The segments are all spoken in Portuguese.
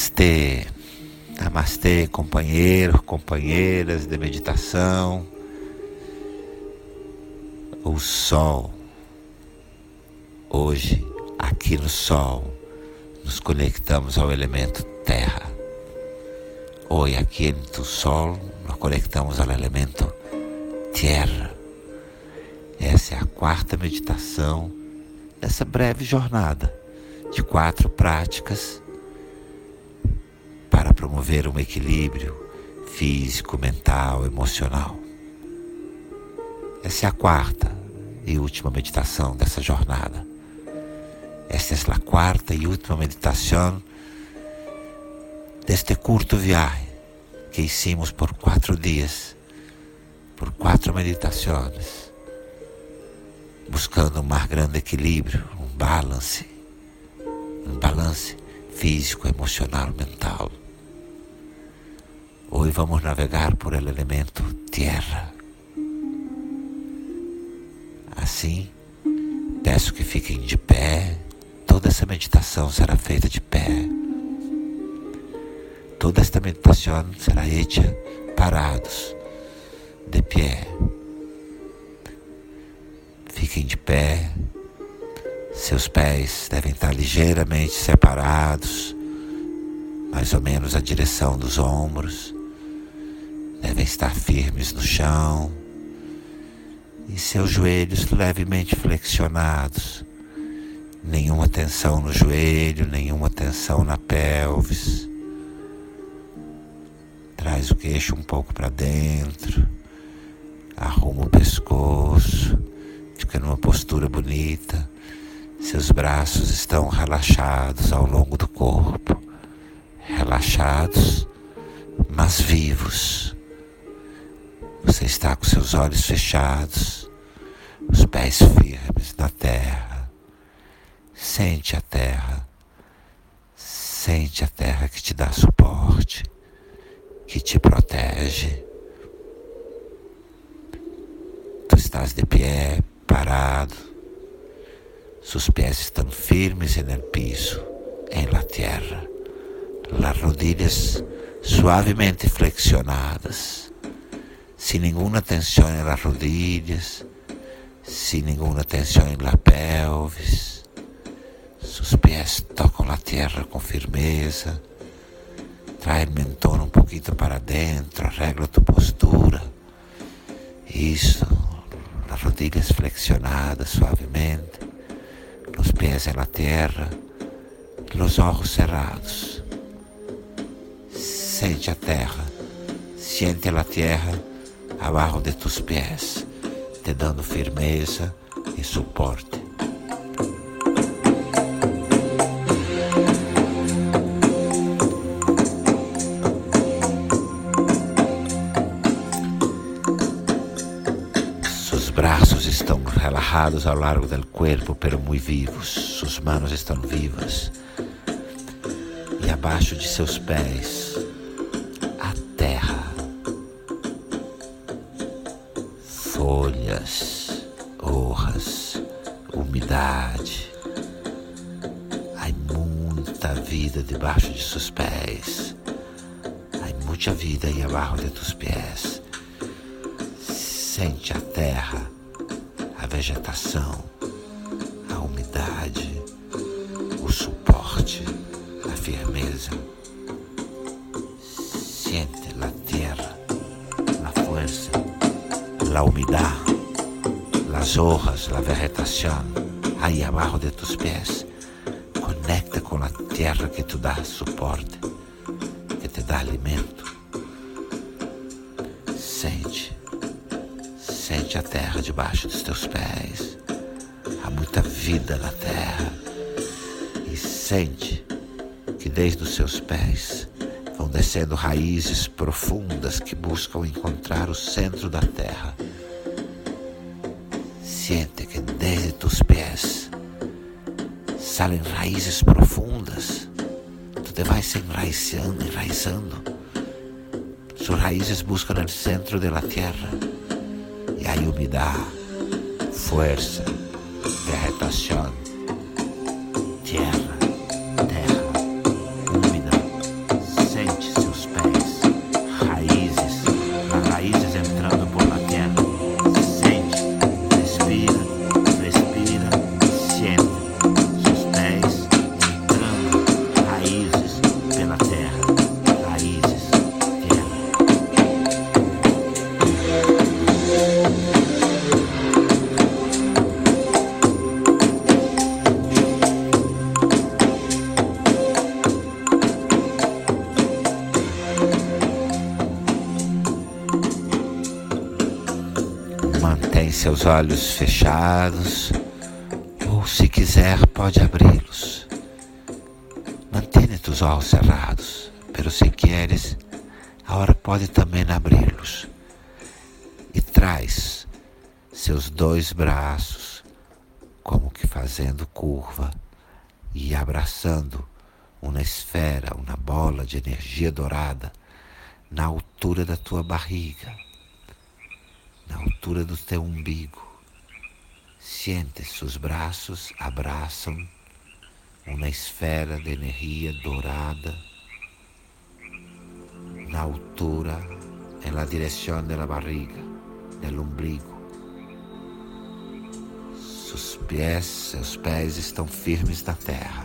Namastê, namastê, companheiros, companheiras de meditação. O sol, hoje, aqui no sol, nos conectamos ao elemento terra. Hoje, aqui no sol, nos conectamos ao elemento terra. Essa é a quarta meditação dessa breve jornada de 4 práticas para promover um equilíbrio físico, mental, emocional. Essa é a quarta e última meditação dessa jornada. Esta é a quarta e última meditação deste curto viagem que hicimos por 4 dias, por 4 meditações, buscando um mais grande equilíbrio, um balance físico, emocional, mental. Hoje vamos navegar por el elemento terra. Assim, peço que fiquem de pé. Toda essa meditação será feita de pé. Toda esta meditação será feita parados, de pé. Fiquem de pé. Seus pés devem estar ligeiramente separados, mais ou menos a direção dos ombros. Devem estar firmes no chão e seus joelhos levemente flexionados. Nenhuma tensão no joelho, nenhuma tensão na pelvis. Traz o queixo um pouco para dentro, arruma o pescoço, fica numa postura bonita. Seus braços estão relaxados ao longo do corpo, relaxados, mas vivos. Você está com seus olhos fechados, os pés firmes na terra. Sente a terra que te dá suporte, que te protege. Tu estás de pé, parado, sus pies están firmes en el piso, en la tierra, las rodillas suavemente flexionadas, sin ninguna tensión en las rodillas, sin ninguna tensión en la pelvis. Sus pies tocan la tierra con firmeza. Trae el mentón un poquito para adentro, arregla tu postura. Eso, las rodillas flexionadas suavemente, los pies en la tierra, los ojos cerrados. Sente a terra, siente la tierra abajo de tus pies, te dando firmeza e suporte. Sus brazos estão relajados ao largo del cuerpo, pero muy vivos. Sus manos estão vivas. E abaixo de seus pés, a terra. Folhas, hojas, umidade. Há muita vida debaixo de seus pés. Há muita vida aí abaixo de tus pés. Sente a terra, a vegetação, a umidade, o suporte, a firmeza. Siente a terra, a força, a umidade, as hojas, a vegetação aí abaixo de tus pés. Conecta com a terra que te dá suporte, que te dá alimento. Sente a terra debaixo dos teus pés. Há muita vida na terra. E sente que desde os seus pés vão descendo raízes profundas que buscam encontrar o centro da terra. Siente que desde tus pés salen raízes profundas. Tu te vas enraizando. Sus raízes buscan el centro de la tierra. E aí umidade, força, vegetação, terra, úmida, Mantém seus olhos fechados, ou se quiser pode abri-los. Mantém tus olhos cerrados, pero se quieres, agora pode também abri-los. E traz seus dois braços, como que fazendo curva e abraçando uma esfera, uma bola de energia dourada na altura da tua barriga, na altura do teu umbigo. Siente, seus braços abraçam uma esfera de energia dourada na altura, na direção da barriga, do umbigo. Seus pés estão firmes na terra.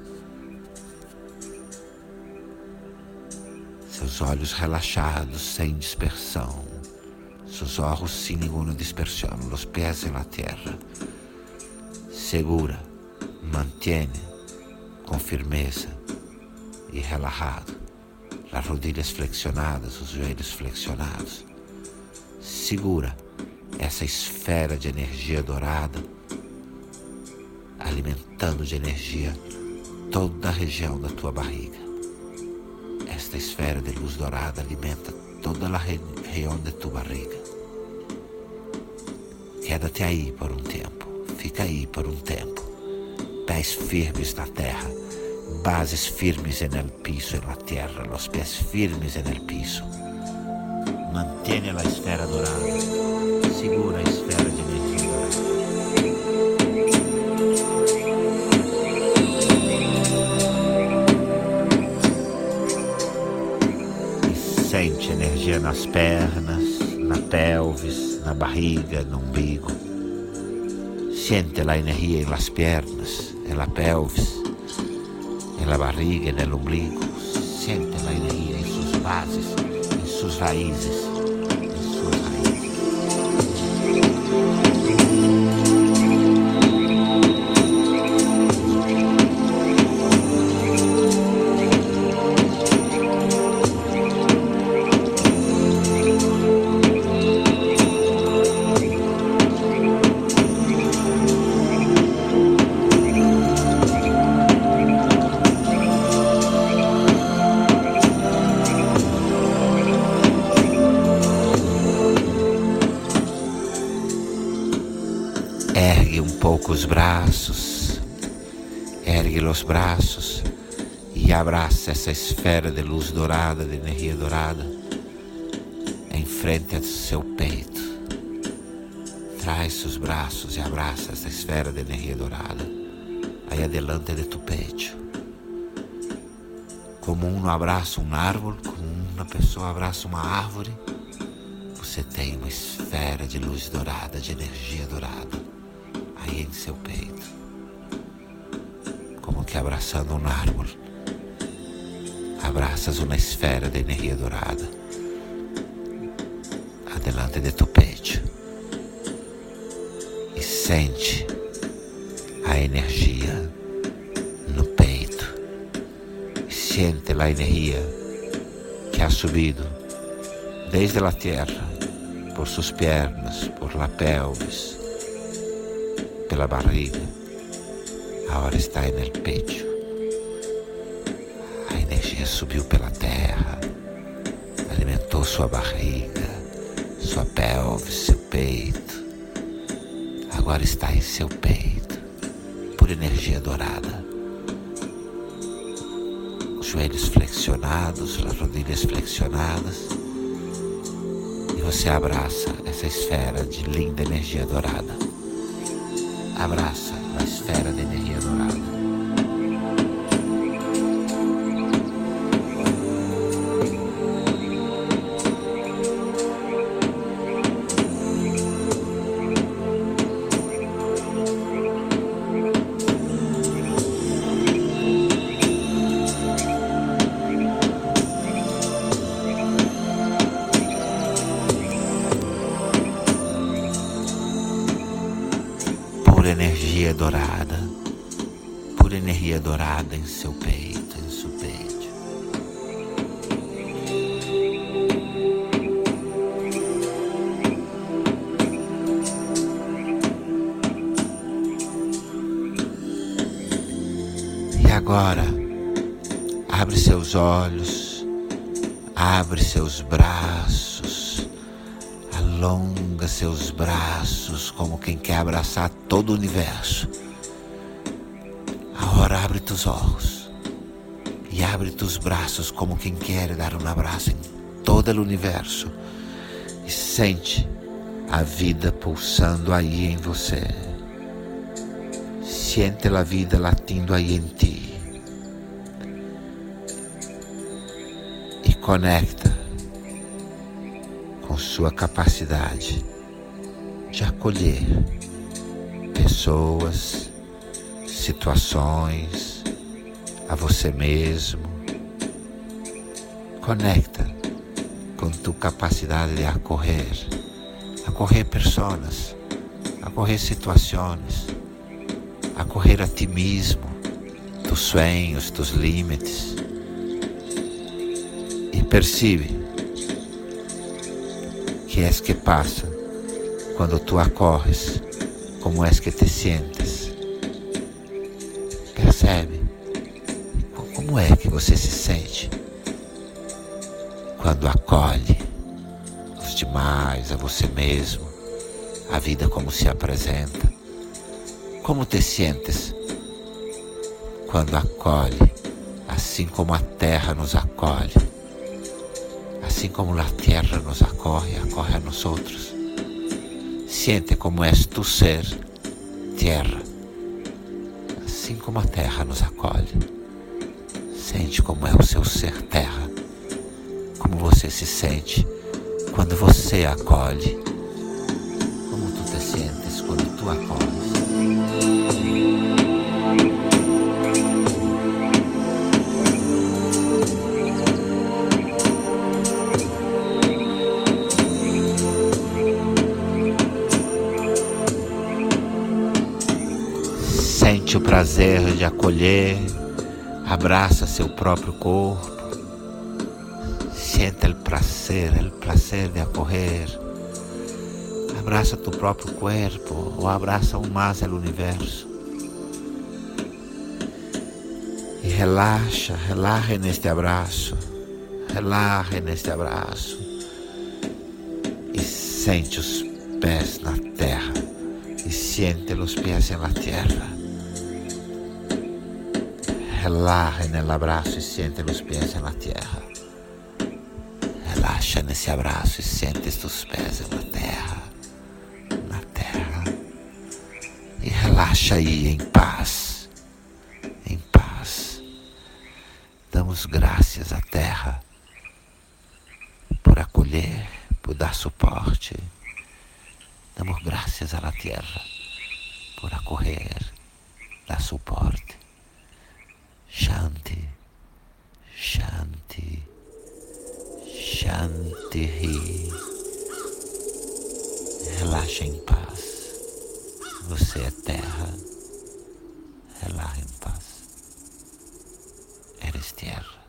Seus olhos relaxados, sem dispersão. Seus olhos sem nenhuma dispersão. Os pés na terra. Segura, mantém com firmeza e relajado. As rodilhas flexionadas, os joelhos flexionados. Segura essa esfera de energia dourada, alimentando de energia toda a região da tua barriga. Esta esfera de luz dourada alimenta toda a região de tua barriga. Quédate aí por um tempo, fica aí por um tempo. Pés firmes na terra, bases firmes no piso, na terra, os pés firmes no piso. Mantém a esfera dourada, segura a esfera de energia dourada. Sente energia nas pernas, na pelvis, na barriga, no umbigo. Siente a energia nas pernas, na pelvis, na barriga, no umbigo. Siente a energia em suas bases, em suas raízes, Ergue um pouco os braços, ergue os braços e abraça essa esfera de luz dourada, de energia dourada, em frente ao seu peito. Traz os braços e abraça essa esfera de energia dourada aí adelante de tu peito. Como um abraça um árvore, como uma pessoa abraça uma árvore, você tem uma esfera de luz dourada, de energia dourada aí em seu peito, como que abraçando um árvore, abraças uma esfera de energia dourada adelante de tu peito e sente a energia no peito, e sente a energia que ha subido desde a terra, por suas pernas, por la pelvis, pela barriga, agora está no peito. A energia subiu pela terra, alimentou sua barriga, sua pelve, seu peito. Agora está em seu peito, por energia dourada. Os joelhos flexionados, as rodilhas flexionadas. E você abraça essa esfera de linda energia dourada. Abraça a esfera de energia dourada. Pura energia dourada em seu peito, em seu peito. agora, abre seus olhos, abre seus braços, alonga seus braços como quem quer abraçar todo o universo. Agora abre teus olhos e abre teus braços como quem quer dar um abraço em todo o universo. E sente a vida pulsando aí em você. Siente a vida latindo aí em ti. E conecta com sua capacidade de acolher pessoas, situações, a você mesmo. Conecta com tua capacidade de acolher pessoas, acolher situações, acolher a ti mesmo, tus sonhos, tus limites. E percebe que é que passa quando tu acorres, como é que te sientes. Percebe como é que você se sente quando acolhe os demais, a você mesmo, a vida como se apresenta. Como te sientes quando acolhe, assim como a terra nos acolhe, assim como a terra nos acolhe a nós outros? Siente como és tu ser, terra, assim como a terra nos acolhe. Sente como é o seu ser terra, como você se sente quando você acolhe, como tu te sentes quando tu acolhes. Sente o prazer de acolher, abraça seu próprio corpo, siente o prazer de acolher, abraça tu próprio corpo ou abraça aún mais o universo. E relaxa neste abraço, e sente os pés na terra, e siente os pés na terra. Relaxa no abraço e sente os pés na terra. Relaxa nesse abraço e sente os pés na terra. E relaxa aí em paz. Damos graças à terra por acolher, por dar suporte. Damos graças à terra por acolher, dar suporte. Shanti, Shanti, Shanti. Relaxa em paz. Você é terra. Relaxa em paz. Eres terra.